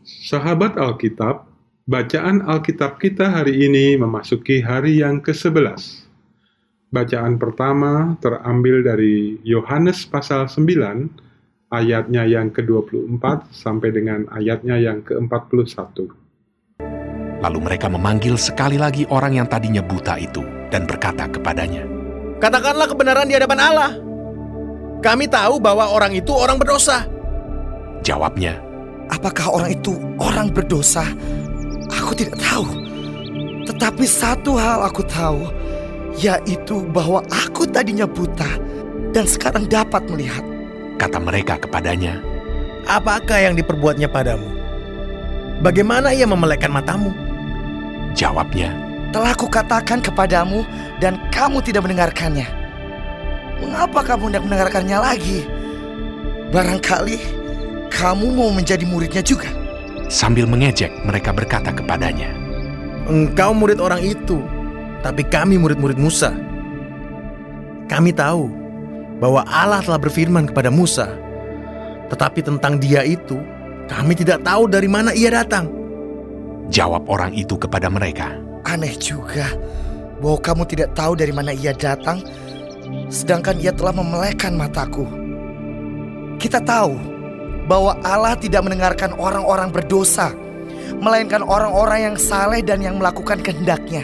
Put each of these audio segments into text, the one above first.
Sahabat Alkitab, bacaan Alkitab kita hari ini memasuki hari yang ke-11. Bacaan pertama terambil dari Yohanes pasal 9, ayatnya yang ke-24 sampai dengan ayatnya yang ke-41. Lalu mereka memanggil sekali lagi orang yang tadinya buta itu dan berkata kepadanya, "Katakanlah kebenaran di hadapan Allah. Kami tahu bahwa orang itu orang berdosa." Jawabnya, "Apakah orang itu orang berdosa? Aku tidak tahu. Tetapi satu hal aku tahu, yaitu bahwa aku tadinya buta dan sekarang dapat melihat." Kata mereka kepadanya, "Apakah yang diperbuatnya padamu? Bagaimana ia memelekkan matamu?" Jawabnya, "Telah kukatakan kepadamu dan kamu tidak mendengarkannya. Mengapa kamu tidak mendengarkannya lagi? Barangkali kamu mau menjadi muridnya juga." Sambil mengejek, mereka berkata kepadanya, "Engkau murid orang itu, tapi kami murid-murid Musa. Kami tahu bahwa Allah telah berfirman kepada Musa, tetapi tentang dia itu, kami tidak tahu dari mana ia datang." Jawab orang itu kepada mereka, "Aneh juga bahwa kamu tidak tahu dari mana ia datang, sedangkan ia telah memelekkan mataku. Kita tahu bahwa Allah tidak mendengarkan orang-orang berdosa, melainkan orang-orang yang saleh dan yang melakukan kehendak-Nya.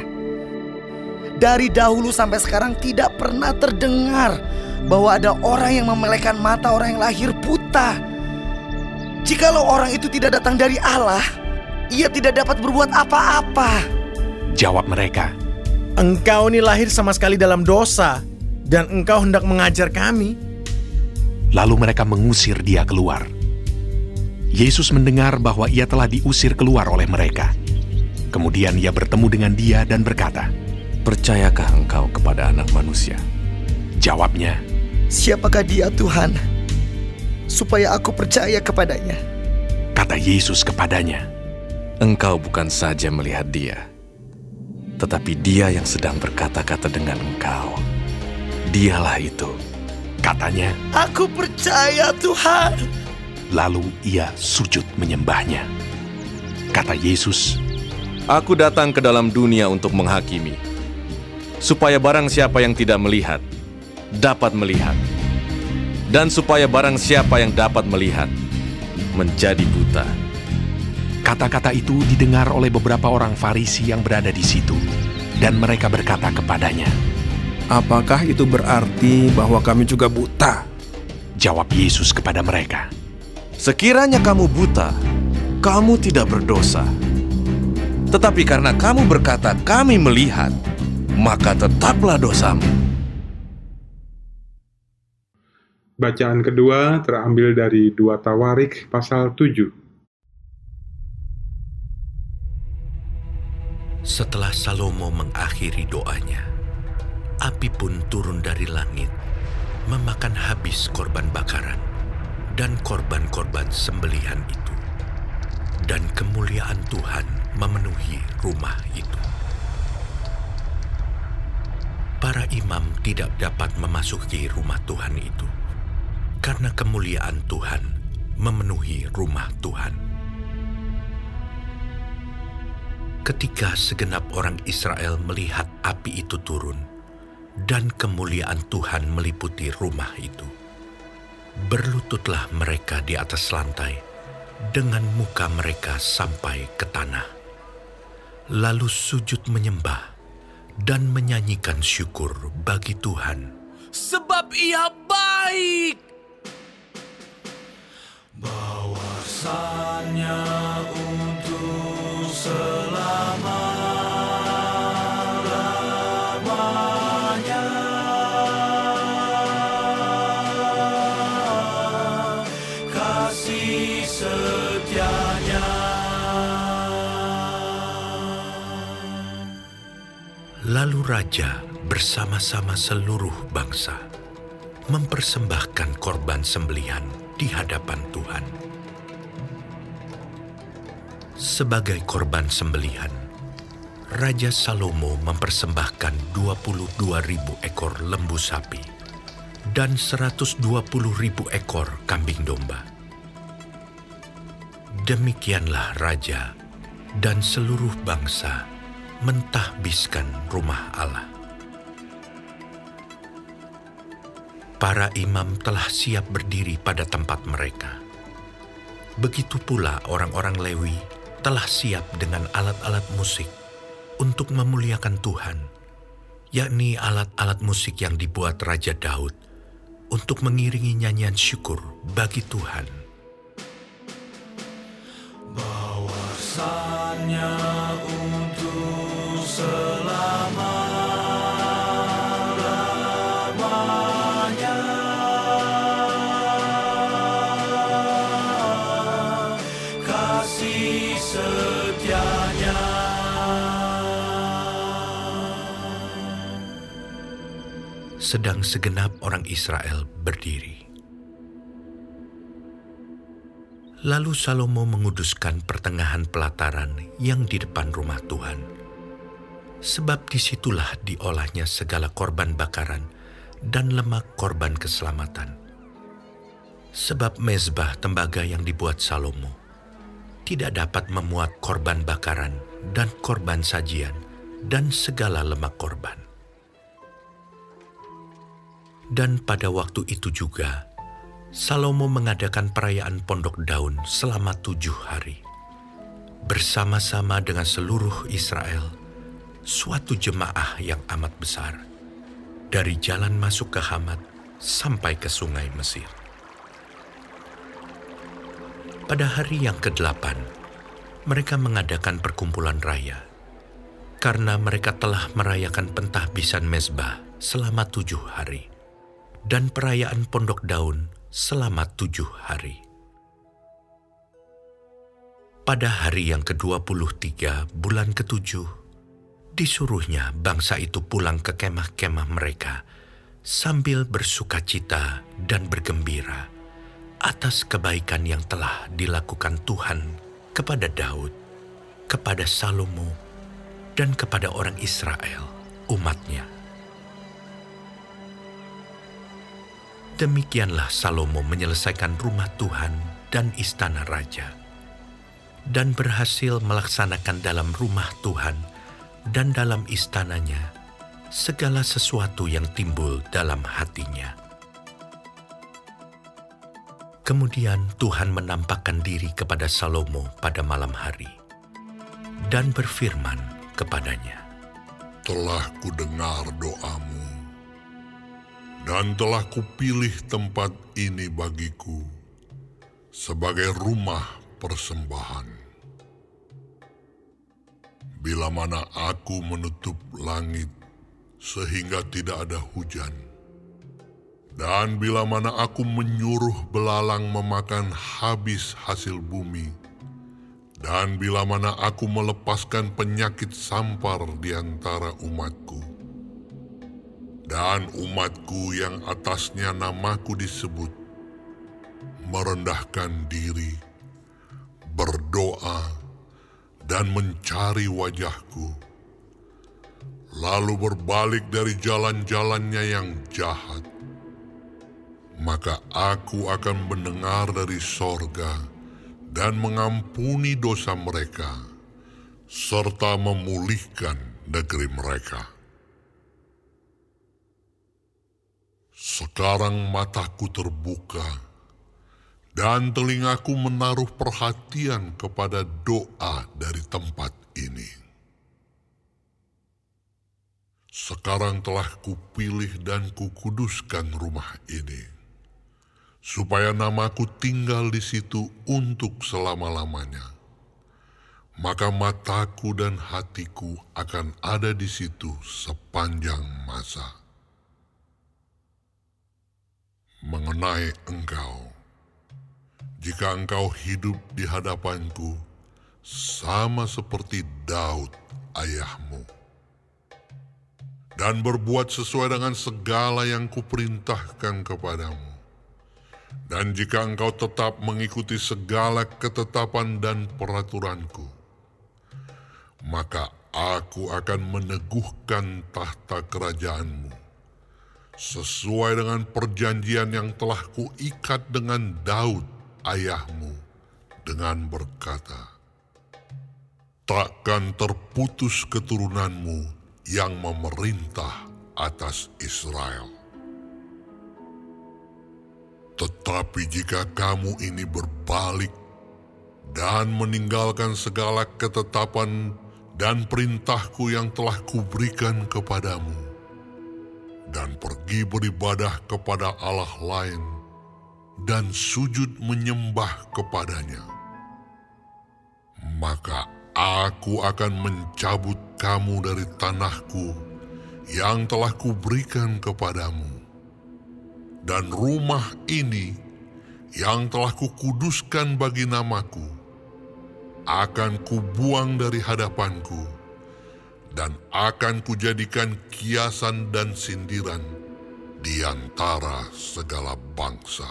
Dari dahulu sampai sekarang tidak pernah terdengar bahwa ada orang yang memelekkan mata orang yang lahir buta. Jikalau orang itu tidak datang dari Allah, ia tidak dapat berbuat apa-apa." Jawab mereka, "Engkau ini lahir sama sekali dalam dosa, dan engkau hendak mengajar kami?" Lalu mereka mengusir dia keluar. Yesus mendengar bahwa ia telah diusir keluar oleh mereka. Kemudian ia bertemu dengan dia dan berkata, "Percayakah engkau kepada Anak Manusia?" Jawabnya, "Siapakah dia, Tuhan, supaya aku percaya kepadanya?" Kata Yesus kepadanya, "Engkau bukan saja melihat dia, tetapi dia yang sedang berkata-kata dengan engkau. Dialah itu." Katanya, "Aku percaya, Tuhan." lalu ia sujud menyembahnya. Kata Yesus, "Aku datang ke dalam dunia untuk menghakimi, supaya barang siapa yang tidak melihat, dapat melihat. Dan supaya barang siapa yang dapat melihat, menjadi buta." Kata-kata itu didengar oleh beberapa orang Farisi yang berada di situ, dan mereka berkata kepadanya, "Apakah itu berarti bahwa kami juga buta?" Jawab Yesus kepada mereka, "Sekiranya kamu buta, kamu tidak berdosa. Tetapi karena kamu berkata kami melihat, maka tetaplah dosamu." Bacaan kedua terambil dari 2 Tawarik pasal 7. Setelah Salomo mengakhiri doanya, api pun turun dari langit, memakan habis korban bakaran dan korban-korban sembelihan itu. Dan kemuliaan Tuhan memenuhi rumah itu. Para imam tidak dapat memasuki rumah Tuhan itu, karena kemuliaan Tuhan memenuhi rumah Tuhan. Ketika segenap orang Israel melihat api itu turun, dan kemuliaan Tuhan meliputi rumah itu, berlututlah mereka di atas lantai, dengan muka mereka sampai ke tanah. Lalu sujud menyembah, dan menyanyikan syukur bagi Tuhan. Sebab Ia baik. Bahwasanya untuk selama-lamanya kasih setianya. Lalu raja bersama-sama seluruh bangsa mempersembahkan korban sembelihan di hadapan Tuhan. Sebagai korban sembelihan, Raja Salomo mempersembahkan 22.000 ekor lembu sapi dan 120.000 ekor kambing domba. Demikianlah raja dan seluruh bangsa mentahbiskan rumah Allah. Para imam telah siap berdiri pada tempat mereka. Begitu pula orang-orang Lewi telah siap dengan alat-alat musik untuk memuliakan Tuhan, yakni alat-alat musik yang dibuat Raja Daud untuk mengiringi nyanyian syukur bagi Tuhan. Bahwasannya untuk selama-lamanya kasih setianya. Sedang segenap orang Israel berdiri. Lalu Salomo menguduskan pertengahan pelataran yang di depan rumah Tuhan, sebab disitulah diolahnya segala korban bakaran dan lemak korban keselamatan. Sebab mezbah tembaga yang dibuat Salomo tidak dapat memuat korban bakaran dan korban sajian dan segala lemak korban. Dan pada waktu itu juga, Salomo mengadakan perayaan Pondok Daun selama 7 hari. Bersama-sama dengan seluruh Israel, suatu jemaah yang amat besar, dari jalan masuk ke Hamat sampai ke sungai Mesir. Pada hari yang ke-8, mereka mengadakan perkumpulan raya, karena mereka telah merayakan pentahbisan mezbah selama 7 hari. Dan perayaan Pondok Daun selama 7 hari. Pada hari yang ke-23 bulan ke-7, disuruhnya bangsa itu pulang ke kemah-kemah mereka sambil bersukacita dan bergembira atas kebaikan yang telah dilakukan Tuhan kepada Daud, kepada Salomo, dan kepada orang Israel, umatnya. Demikianlah Salomo menyelesaikan rumah Tuhan dan istana raja, dan berhasil melaksanakan dalam rumah Tuhan dan dalam istananya segala sesuatu yang timbul dalam hatinya. Kemudian Tuhan menampakkan diri kepada Salomo pada malam hari dan berfirman kepadanya, "Telah kudengar doamu, dan telah kupilih tempat ini bagiku sebagai rumah persembahan. Bila mana aku menutup langit sehingga tidak ada hujan, dan bila mana aku menyuruh belalang memakan habis hasil bumi, dan bila mana aku melepaskan penyakit sampar di antara umatku, dan umatku yang atasnya namaku disebut, merendahkan diri, berdoa, dan mencari wajahku, lalu berbalik dari jalan-jalannya yang jahat, maka aku akan mendengar dari sorga dan mengampuni dosa mereka, serta memulihkan negeri mereka. Sekarang mataku terbuka dan telingaku menaruh perhatian kepada doa dari tempat ini. Sekarang telah kupilih dan kukuduskan rumah ini, supaya namaku tinggal di situ untuk selama-lamanya. Maka mataku dan hatiku akan ada di situ sepanjang masa. Mengenai engkau, jika engkau hidup di hadapanku sama seperti Daud ayahmu, dan berbuat sesuai dengan segala yang kuperintahkan kepadamu, dan jika engkau tetap mengikuti segala ketetapan dan peraturanku, maka aku akan meneguhkan tahta kerajaanmu sesuai dengan perjanjian yang telah kuikat dengan Daud ayahmu dengan berkata, "Takkan terputus keturunanmu yang memerintah atas Israel." Tetapi jika kamu ini berbalik dan meninggalkan segala ketetapan dan perintahku yang telah kuberikan kepadamu, dan pergi beribadah kepada Allah lain dan sujud menyembah kepadanya, maka aku akan mencabut kamu dari tanahku yang telah kuberikan kepadamu, dan rumah ini yang telah kukuduskan bagi namaku akan kubuang dari hadapanku, dan akan kujadikan kiasan dan sindiran di antara segala bangsa.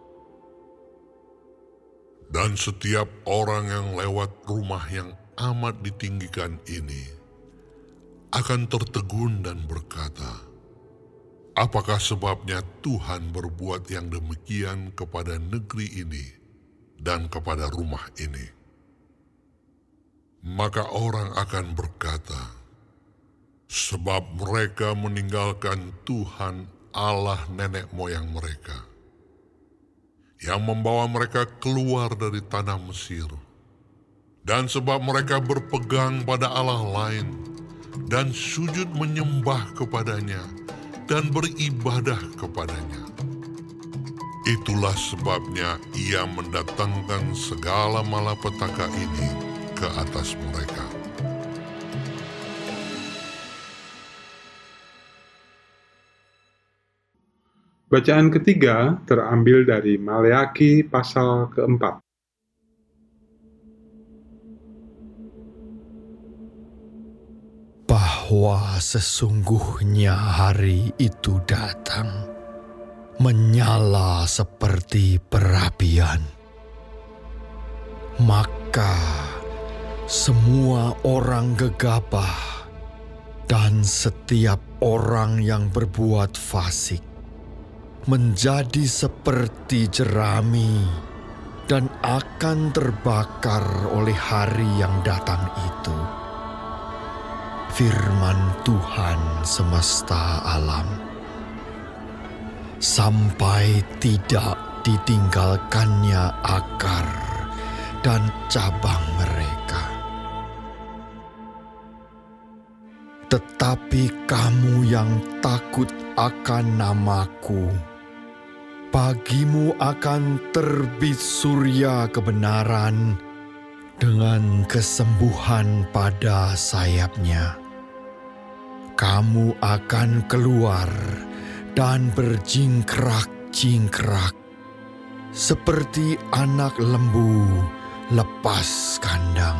Dan setiap orang yang lewat rumah yang amat ditinggikan ini akan tertegun dan berkata, "Apakah sebabnya Tuhan berbuat yang demikian kepada negeri ini dan kepada rumah ini?" Maka orang akan berkata, "Sebab mereka meninggalkan Tuhan Allah nenek moyang mereka, yang membawa mereka keluar dari tanah Mesir, dan sebab mereka berpegang pada Allah lain, dan sujud menyembah kepadanya, dan beribadah kepadanya. Itulah sebabnya ia mendatangkan segala malapetaka ini ke atas mereka." Bacaan ketiga terambil dari Maleaki pasal keempat. Bahwa sesungguhnya hari itu datang, menyala seperti perapian. Maka semua orang gegabah dan setiap orang yang berbuat fasik menjadi seperti jerami dan akan terbakar oleh hari yang datang itu. Firman Tuhan semesta alam. Sampai tidak ditinggalkannya akar dan cabang mereka. Tetapi kamu yang takut akan namaku, bagimu akan terbit surya kebenaran dengan kesembuhan pada sayapnya. Kamu akan keluar dan berjingkrak-jingkrak seperti anak lembu lepas kandang.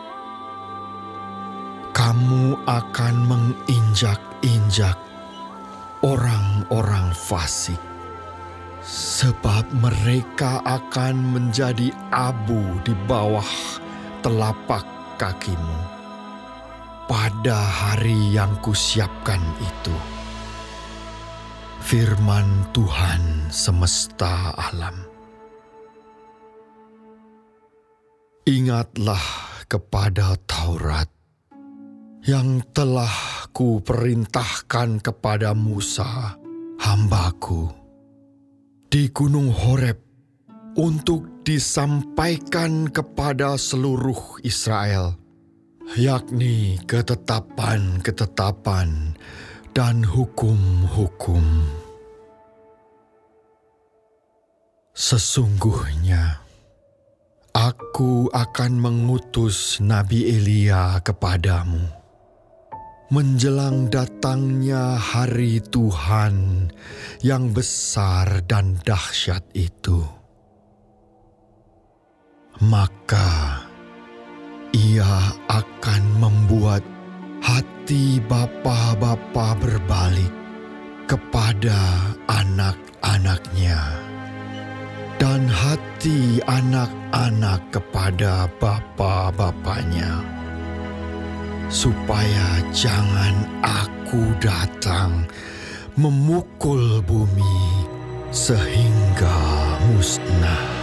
Kamu akan menginjak-injak orang-orang fasik, sebab mereka akan menjadi abu di bawah telapak kakimu pada hari yang kusiapkan itu. Firman Tuhan semesta alam. Ingatlah kepada Taurat yang telah kuperintahkan kepada Musa, hambaku, di Gunung Horeb untuk disampaikan kepada seluruh Israel, yakni ketetapan-ketetapan dan hukum-hukum. Sesungguhnya, aku akan mengutus Nabi Elia kepadamu menjelang datangnya hari Tuhan yang besar dan dahsyat itu. Maka ia akan membuat hati bapa-bapa berbalik kepada anak-anaknya, dan hati anak-anak kepada bapa-bapanya, supaya jangan aku datang memukul bumi sehingga musnah.